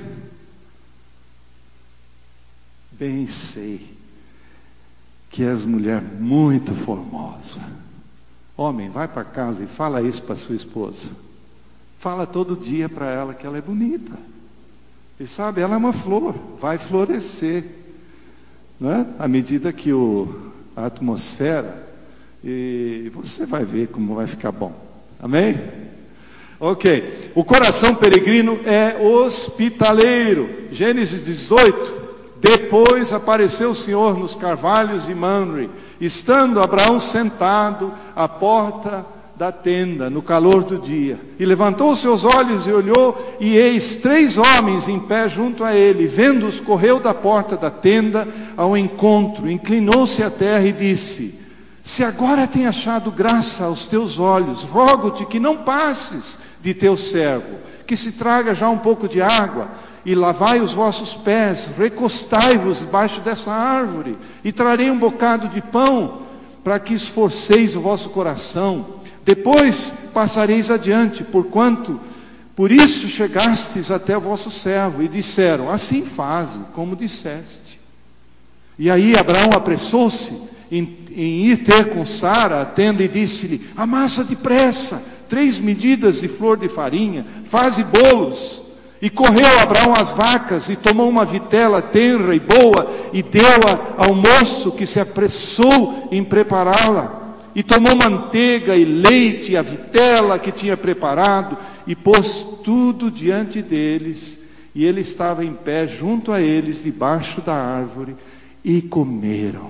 Bem sei que és mulher muito formosa. Homem, vai para casa e fala isso para sua esposa. Fala todo dia para ela que ela é bonita. E sabe, ela é uma flor, vai florescer, né? À medida que o, a atmosfera, e você vai ver como vai ficar bom. Amém? Ok. O coração peregrino é hospitaleiro. Gênesis dezoito. Depois apareceu o Senhor nos carvalhos de Mamre, estando Abraão sentado à porta da tenda, no calor do dia, e levantou os seus olhos e olhou, e eis três homens em pé junto a ele. Vendo-os, correu da porta da tenda ao encontro, inclinou-se à terra e disse: se agora tem achado graça aos teus olhos, rogo-te que não passes de teu servo, que se traga já um pouco de água, e lavai os vossos pés, recostai-vos debaixo dessa árvore, e trarei um bocado de pão, para que esforceis o vosso coração. Depois passareis adiante, porquanto por isso chegastes até o vosso servo. E disseram: assim faze, como disseste. E aí Abraão apressou-se em, em ir ter com Sara a tenda, e disse-lhe: amassa depressa três medidas de flor de farinha, faze bolos. E correu Abraão às vacas, e tomou uma vitela tenra e boa, e deu-a ao moço, que se apressou em prepará-la. E tomou manteiga e leite, e a vitela que tinha preparado, e pôs tudo diante deles. E ele estava em pé junto a eles, debaixo da árvore, e comeram.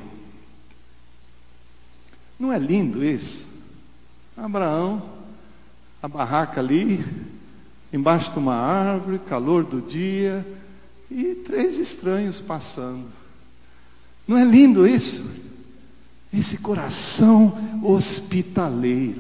Não é lindo isso? Abraão, a barraca ali, embaixo de uma árvore, calor do dia, e três estranhos passando. Não é lindo isso? Esse coração hospitaleiro.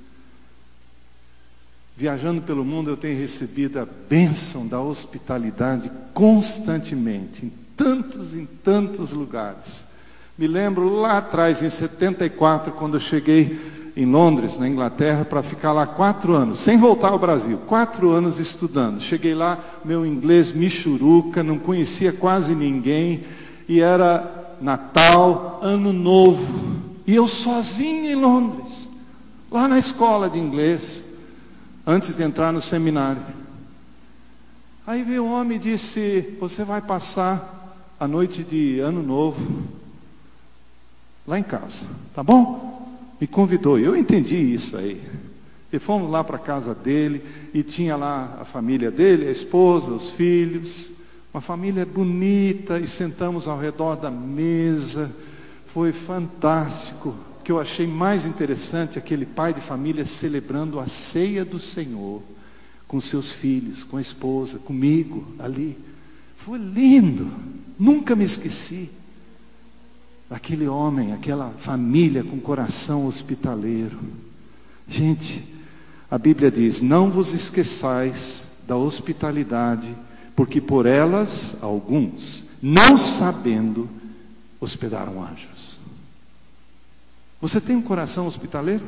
Viajando pelo mundo, eu tenho recebido a bênção da hospitalidade constantemente, em tantos, em tantos lugares. Me lembro lá atrás, em setenta e quatro, quando eu cheguei em Londres, na Inglaterra, para ficar lá quatro anos, sem voltar ao Brasil, quatro anos estudando. Cheguei lá, meu inglês michuruca, não conhecia quase ninguém, e era Natal, Ano Novo, e eu sozinho em Londres, lá na escola de inglês, antes de entrar no seminário. Aí veio um homem e disse: você vai passar a noite de Ano Novo lá em casa, tá bom? Me convidou, eu entendi isso aí. E fomos lá para a casa dele, e tinha lá a família dele, a esposa, os filhos, uma família bonita, e sentamos ao redor da mesa. Foi fantástico. O que eu achei mais interessante, aquele pai de família celebrando a ceia do Senhor, com seus filhos, com a esposa, comigo ali. Foi lindo, nunca me esqueci daquele homem, aquela família com coração hospitaleiro. Gente, a Bíblia diz: não vos esqueçais da hospitalidade, porque por elas alguns, não sabendo, hospedaram anjos. Você tem um coração hospitaleiro?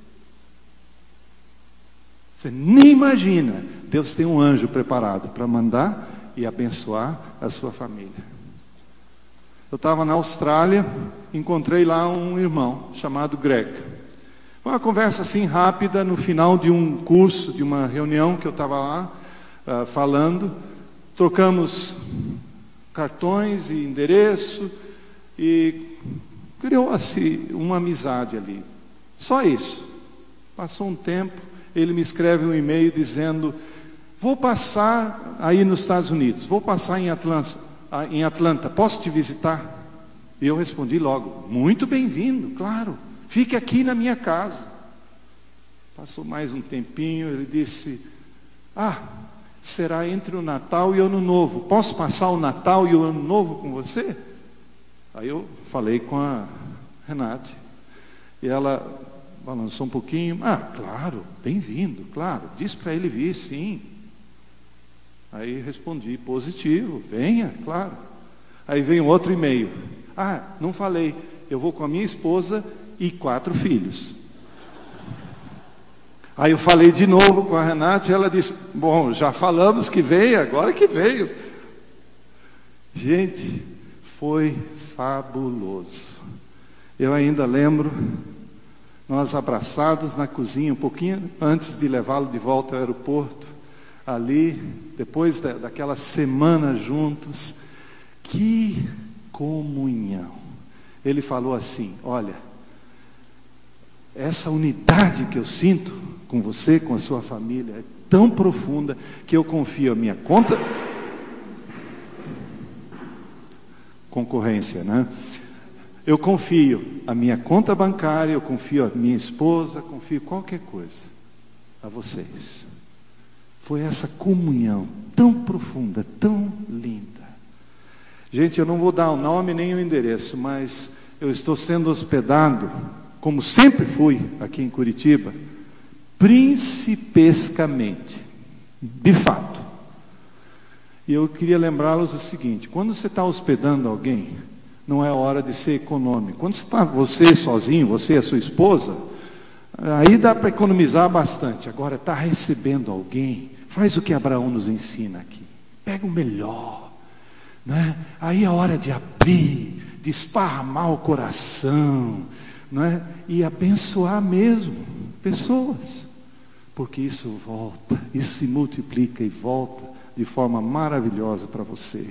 Você nem imagina. Deus tem um anjo preparado para mandar e abençoar a sua família. Eu estava na Austrália, encontrei lá um irmão chamado Greg. Foi uma conversa assim rápida, no final de um curso, de uma reunião que eu estava lá uh, falando. Trocamos cartões e endereço, e criou-se uma amizade ali. Só isso. Passou um tempo, ele me escreve um e-mail dizendo: vou passar aí nos Estados Unidos, vou passar em Atlanta, em Atlanta, posso te visitar? E eu respondi logo: muito bem-vindo, claro, fique aqui na minha casa. Passou mais um tempinho, ele disse: ah, será entre o Natal e o Ano Novo, posso passar o Natal e o Ano Novo com você? Aí eu falei com a Renate, e ela balançou um pouquinho. Ah, claro, bem-vindo, claro, disse para ele vir, sim. Aí respondi: positivo, venha, claro. Aí veio um outro e-mail: ah, não falei, eu vou com a minha esposa e quatro filhos. Aí eu falei de novo com a Renate, e ela disse: bom, já falamos que veio, agora que veio. Gente, foi fabuloso. Eu ainda lembro, nós abraçados na cozinha, um pouquinho antes de levá-lo de volta ao aeroporto, ali, depois da, daquela semana juntos, que comunhão. Ele falou assim: olha, essa unidade que eu sinto com você, com a sua família, é tão profunda que eu confio a minha conta, concorrência, né? Eu confio a minha conta bancária, eu confio a minha esposa, confio qualquer coisa a vocês. Foi essa comunhão tão profunda, tão linda. Gente, eu não vou dar o nome nem o endereço, mas eu estou sendo hospedado, como sempre fui aqui em Curitiba, principescamente, de fato. E eu queria lembrá-los o seguinte: quando você está hospedando alguém, não é hora de ser econômico. Quando você está você sozinho, você e a sua esposa, aí dá para economizar bastante. Agora, está recebendo alguém, faz o que Abraão nos ensina aqui. Pega o melhor, né? Aí é hora de abrir, de esparramar o coração, né? E abençoar mesmo pessoas. Porque isso volta, isso se multiplica e volta de forma maravilhosa para você.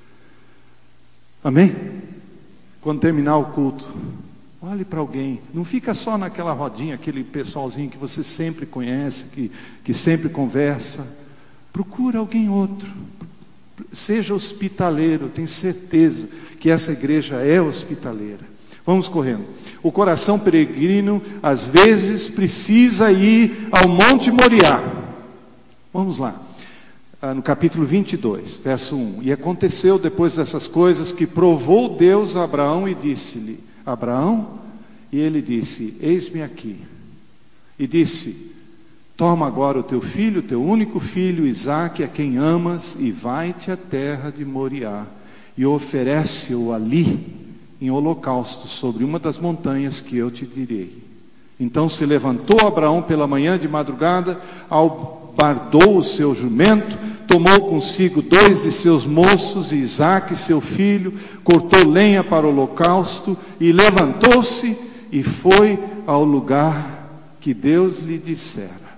Amém? Quando terminar o culto, olhe para alguém, não fica só naquela rodinha, aquele pessoalzinho que você sempre conhece, que, que sempre conversa. Procura alguém outro, seja hospitaleiro, tenho certeza que essa igreja é hospitaleira. Vamos correndo. O coração peregrino às vezes precisa ir ao Monte Moriá. Vamos lá. No capítulo vinte e dois, verso um: e aconteceu depois dessas coisas que provou Deus a Abraão e disse-lhe: Abraão, e ele disse: eis-me aqui. E disse: toma agora o teu filho, teu único filho, Isaque, a quem amas, e vai-te à terra de Moriá, e oferece-o ali em holocausto sobre uma das montanhas que eu te direi. Então se levantou Abraão pela manhã de madrugada, ao bardou o seu jumento, tomou consigo dois de seus moços, e Isaque, seu filho, cortou lenha para o holocausto, e levantou-se e foi ao lugar que Deus lhe dissera.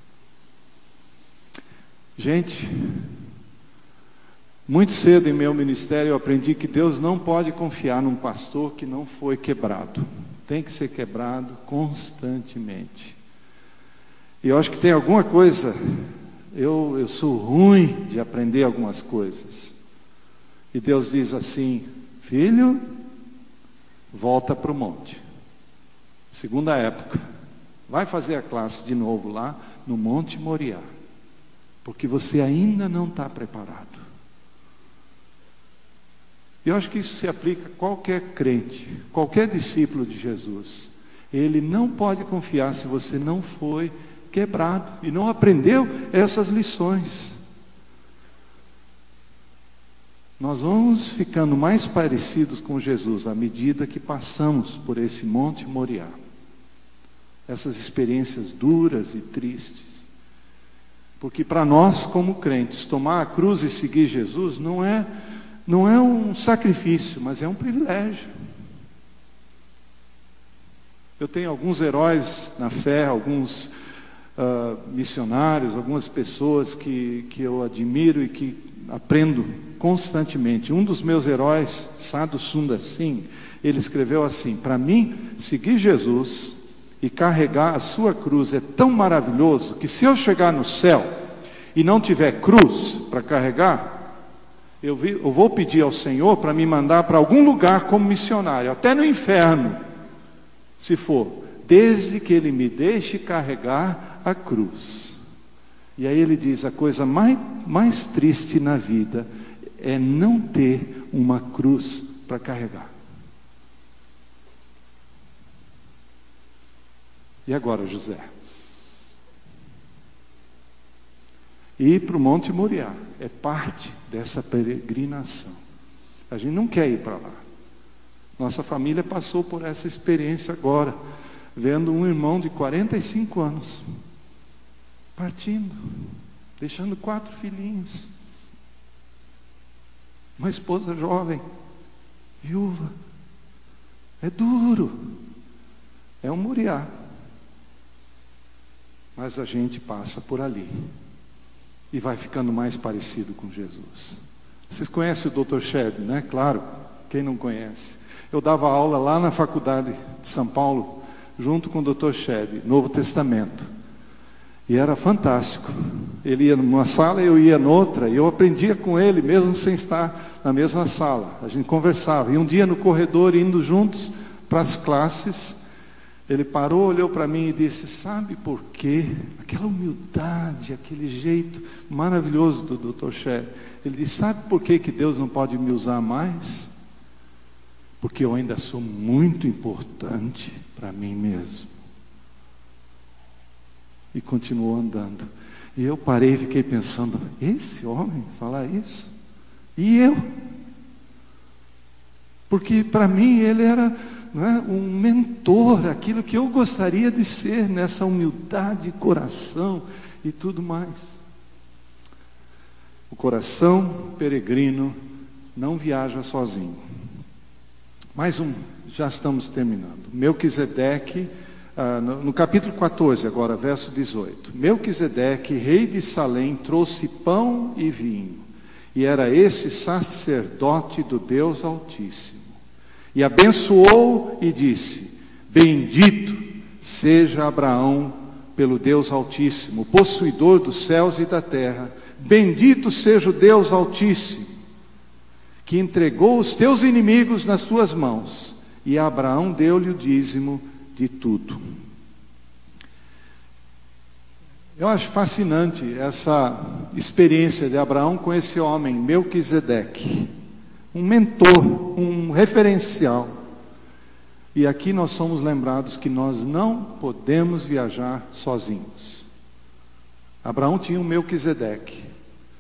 Gente, muito cedo em meu ministério eu aprendi que Deus não pode confiar num pastor que não foi quebrado. Tem que ser quebrado constantemente. E eu acho que tem alguma coisa, eu, eu sou ruim de aprender algumas coisas. E Deus diz assim: filho, volta para o monte. Segunda época, vai fazer a classe de novo lá no Monte Moriá, porque você ainda não está preparado. E eu acho que isso se aplica a qualquer crente, qualquer discípulo de Jesus. Ele não pode confiar se você não foi quebrado e não aprendeu essas lições. Nós vamos ficando mais parecidos com Jesus à medida que passamos por esse Monte Moriá, essas experiências duras e tristes. Porque para nós, como crentes, tomar a cruz e seguir Jesus não é, não é um sacrifício, mas é um privilégio. Eu tenho alguns heróis na fé, alguns Uh, missionários, algumas pessoas que, que eu admiro e que aprendo constantemente. Um dos meus heróis, Sadhu Sundar Singh, ele escreveu assim: para mim, seguir Jesus e carregar a sua cruz é tão maravilhoso que se eu chegar no céu e não tiver cruz para carregar, eu, vi, eu vou pedir ao Senhor para me mandar para algum lugar como missionário, até no inferno, se for, desde que Ele me deixe carregar a cruz. E aí ele diz: a coisa mais, mais triste na vida é não ter uma cruz para carregar. E agora, José? Ir para o Monte Moriá é parte dessa peregrinação. A gente não quer ir para lá. Nossa família passou por essa experiência agora, vendo um irmão de quarenta e cinco anos partindo, deixando quatro filhinhos, uma esposa jovem, viúva. É duro, é um Moriá, mas a gente passa por ali e vai ficando mais parecido com Jesus. Vocês conhecem o doutor Shedd, né? Claro, quem não conhece. Eu dava aula lá na faculdade de São Paulo, junto com o doutor Shedd, Novo Testamento. E era fantástico. Ele ia numa sala, eu ia noutra, e eu aprendia com ele, mesmo sem estar na mesma sala. A gente conversava. E um dia no corredor, indo juntos para as classes, ele parou, olhou para mim e disse: sabe por quê? Aquela humildade, aquele jeito maravilhoso do doutor Shedd. Ele disse: sabe por quê que Deus não pode me usar mais? Porque eu ainda sou muito importante para mim mesmo. E continuou andando. E eu parei e fiquei pensando: esse homem falar isso? E eu? Porque para mim ele era, não é, um mentor, aquilo que eu gostaria de ser, nessa humildade, coração e tudo mais. O coração peregrino não viaja sozinho. Mais um, já estamos terminando. Melquisedeque, ah, no, no capítulo quatorze, agora, verso dezoito. Melquisedeque, rei de Salém, trouxe pão e vinho, e era esse sacerdote do Deus Altíssimo. E abençoou e disse: bendito seja Abraão pelo Deus Altíssimo, possuidor dos céus e da terra. Bendito seja o Deus Altíssimo, que entregou os teus inimigos nas tuas mãos. E Abraão deu-lhe o dízimo de tudo. Eu acho fascinante essa experiência de Abraão com esse homem, Melquisedeque. Um mentor, um referencial. E aqui nós somos lembrados que nós não podemos viajar sozinhos. Abraão tinha um Melquisedeque.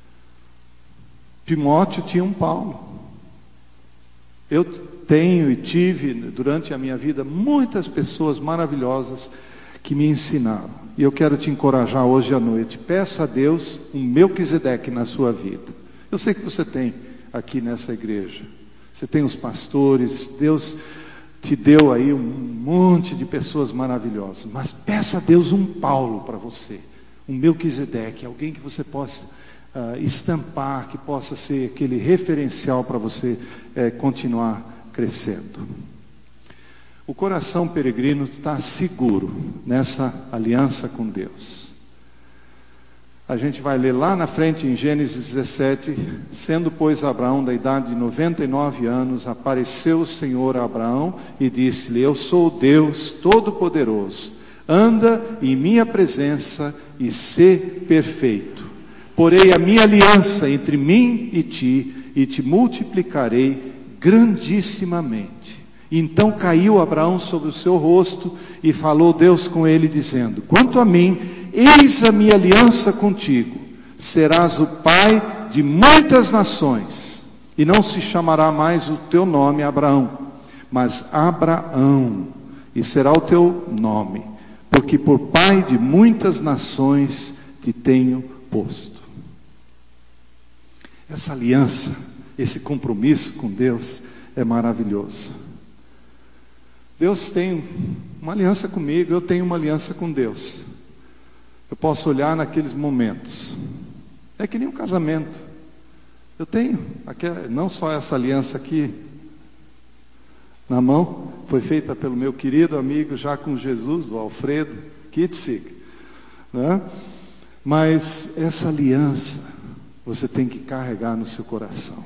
Timóteo tinha um Paulo. Eu tenho e tive durante a minha vida muitas pessoas maravilhosas que me ensinaram. E eu quero te encorajar hoje à noite. Peça a Deus um Melquisedeque na sua vida. Eu sei que você tem aqui nessa igreja. Você tem os pastores, Deus te deu aí um monte de pessoas maravilhosas. Mas peça a Deus um Paulo para você. Um Melquisedeque, alguém que você possa Uh, estampar, que possa ser aquele referencial para você eh, continuar crescendo. O coração peregrino está seguro nessa aliança com Deus. A gente vai ler lá na frente em Gênesis dezessete: sendo pois Abraão da idade de noventa e nove anos, apareceu o Senhor a Abraão e disse-lhe: eu sou o Deus Todo-Poderoso, anda em minha presença e sê perfeito. Porei a minha aliança entre mim e ti, e te multiplicarei grandissimamente. Então caiu Abraão sobre o seu rosto, e falou Deus com ele, dizendo: quanto a mim, eis a minha aliança contigo, serás o pai de muitas nações, e não se chamará mais o teu nome Abraão, mas Abraão, e será o teu nome, porque por pai de muitas nações te tenho posto. Essa aliança, esse compromisso com Deus é maravilhoso. Deus tem uma aliança comigo, eu tenho uma aliança com Deus. Eu posso olhar naqueles momentos. É que nem um casamento. Eu tenho, aqui, não só essa aliança aqui na mão, foi feita pelo meu querido amigo já com Jesus, o Alfredo Kitzig, né? Mas essa aliança você tem que carregar no seu coração.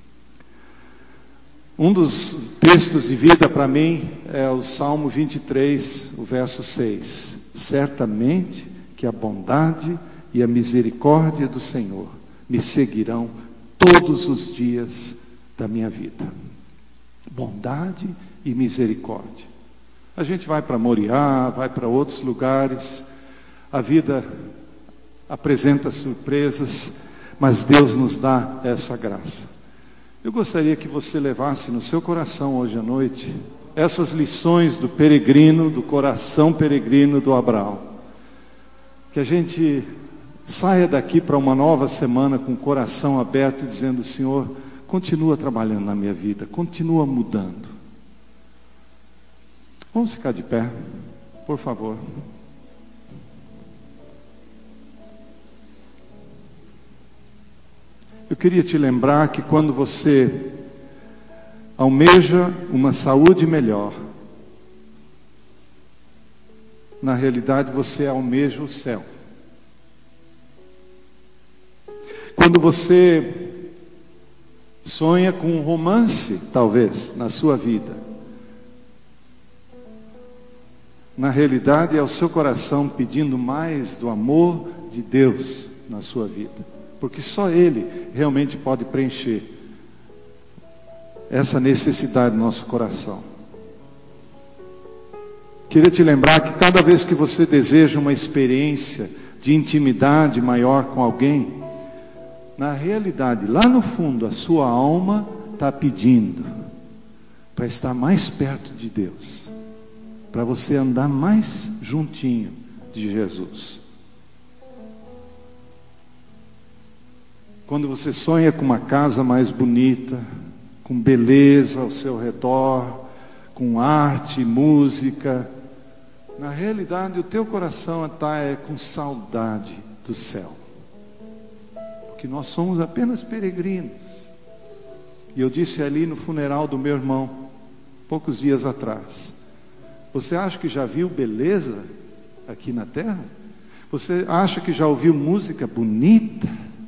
Um dos textos de vida para mim é o Salmo vinte e três, o verso seis. Certamente que a bondade e a misericórdia do Senhor me seguirão todos os dias da minha vida. Bondade e misericórdia. A gente vai para Moriá, vai para outros lugares, a vida apresenta surpresas, mas Deus nos dá essa graça. Eu gostaria que você levasse no seu coração hoje à noite essas lições do peregrino, do coração peregrino do Abraão. Que a gente saia daqui para uma nova semana com o coração aberto, dizendo: Senhor, continua trabalhando na minha vida, continua mudando. Vamos ficar de pé, por favor. Eu queria te lembrar que quando você almeja uma saúde melhor, na realidade você almeja o céu. Quando você sonha com um romance, talvez, na sua vida, na realidade é o seu coração pedindo mais do amor de Deus na sua vida, porque só Ele realmente pode preencher essa necessidade do nosso coração. Queria te lembrar que cada vez que você deseja uma experiência de intimidade maior com alguém, na realidade, lá no fundo, a sua alma está pedindo para estar mais perto de Deus, para você andar mais juntinho de Jesus. Quando você sonha com uma casa mais bonita, com beleza ao seu redor, com arte, música, na realidade o teu coração está é, com saudade do céu, porque nós somos apenas peregrinos. E eu disse ali no funeral do meu irmão, poucos dias atrás: você acha que já viu beleza aqui na terra? Você acha que já ouviu música bonita?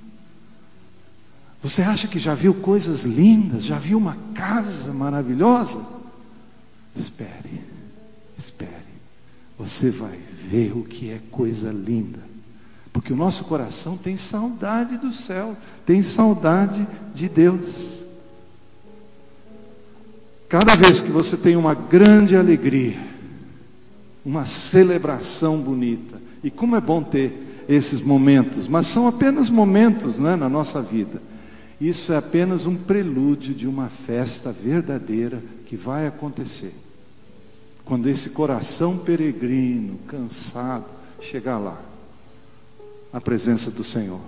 Você acha que já viu coisas lindas? Já viu uma casa maravilhosa? Espere, espere. Você vai ver o que é coisa linda. Porque o nosso coração tem saudade do céu, tem saudade de Deus. Cada vez que você tem uma grande alegria, uma celebração bonita, e como é bom ter esses momentos, mas são apenas momentos, né, na nossa vida. Isso é apenas um prelúdio de uma festa verdadeira que vai acontecer quando esse coração peregrino, cansado, chegar lá, à presença do Senhor.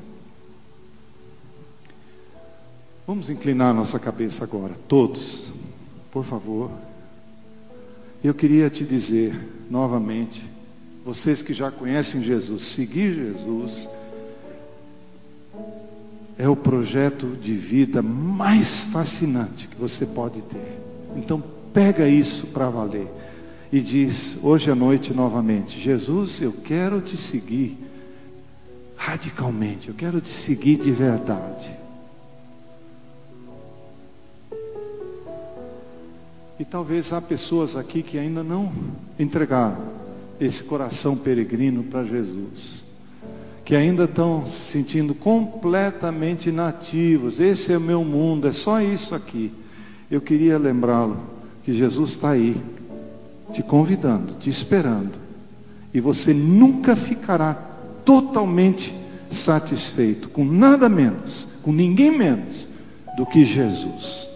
Vamos inclinar nossa cabeça agora, todos, por favor. Eu queria te dizer novamente, vocês que já conhecem Jesus, seguir Jesus é o projeto de vida mais fascinante que você pode ter. Então pega isso para valer e diz hoje à noite novamente: Jesus, eu quero te seguir radicalmente, eu quero te seguir de verdade. E talvez há pessoas aqui que ainda não entregaram esse coração peregrino para Jesus, que ainda estão se sentindo completamente inativos. Esse é o meu mundo, é só isso aqui. Eu queria lembrá-lo que Jesus está aí, te convidando, te esperando, e você nunca ficará totalmente satisfeito com nada menos, com ninguém menos do que Jesus.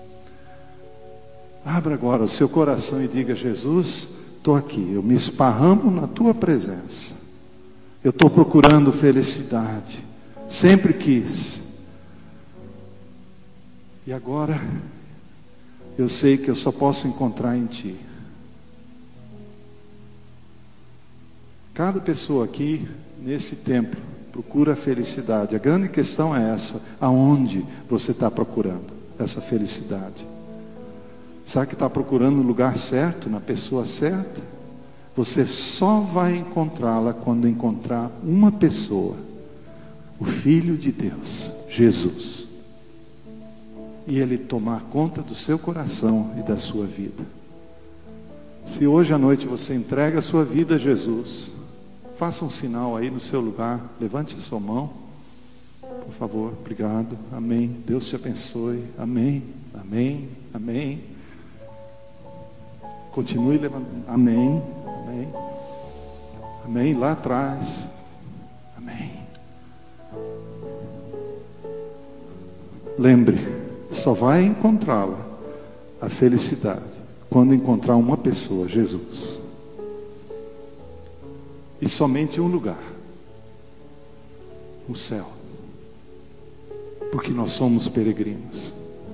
Abra agora o seu coração e diga: Jesus, estou aqui, eu me esparramo na tua presença, eu estou procurando felicidade, sempre quis, e agora eu sei que eu só posso encontrar em ti. Cada pessoa aqui nesse templo procura a felicidade. A grande questão é essa: aonde você está procurando essa felicidade? Será que está procurando no lugar certo, na pessoa certa? Você só vai encontrá-la quando encontrar uma pessoa, o Filho de Deus, Jesus, e Ele tomar conta do seu coração e da sua vida. Se hoje à noite você entrega a sua vida a Jesus, faça um sinal aí no seu lugar, levante a sua mão, por favor. Obrigado, amém, Deus te abençoe, amém, amém, amém. Continue levantando, amém, amém, amém, lá atrás, amém. Lembre, só vai encontrá-la, a felicidade, quando encontrar uma pessoa, Jesus. E somente um lugar, o céu, porque nós somos peregrinos.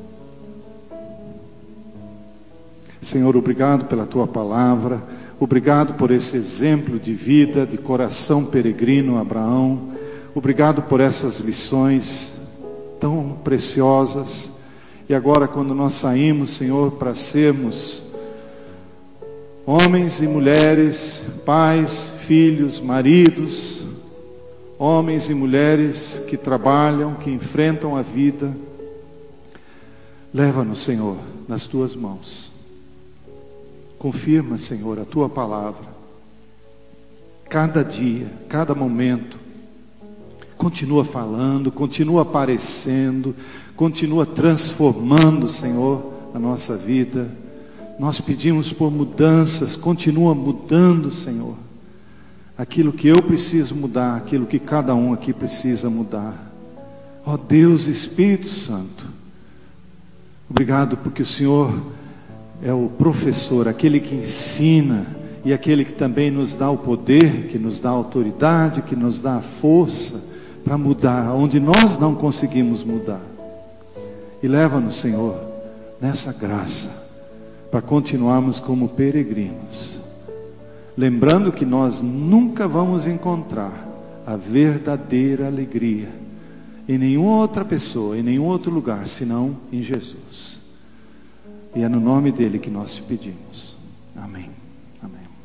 Senhor, obrigado pela tua palavra, obrigado por esse exemplo de vida, de coração peregrino, Abraão. Obrigado por essas lições tão preciosas. E agora, quando nós saímos, Senhor, para sermos homens e mulheres, pais, filhos, maridos, homens e mulheres que trabalham, que enfrentam a vida, leva-nos, Senhor, nas tuas mãos. Confirma, Senhor, a tua palavra. Cada dia, cada momento, continua falando, continua aparecendo, continua transformando, Senhor, a nossa vida. Nós pedimos por mudanças, continua mudando, Senhor, aquilo que eu preciso mudar, aquilo que cada um aqui precisa mudar. Ó Deus, Espírito Santo, obrigado porque o Senhor é o professor, aquele que ensina, e aquele que também nos dá o poder, que nos dá a autoridade, que nos dá a força para mudar onde nós não conseguimos mudar. E leva-nos, Senhor, nessa graça, para continuarmos como peregrinos, lembrando que nós nunca vamos encontrar a verdadeira alegria em nenhuma outra pessoa, em nenhum outro lugar, senão em Jesus. E é no nome dele que nós te pedimos. Amém. Amém.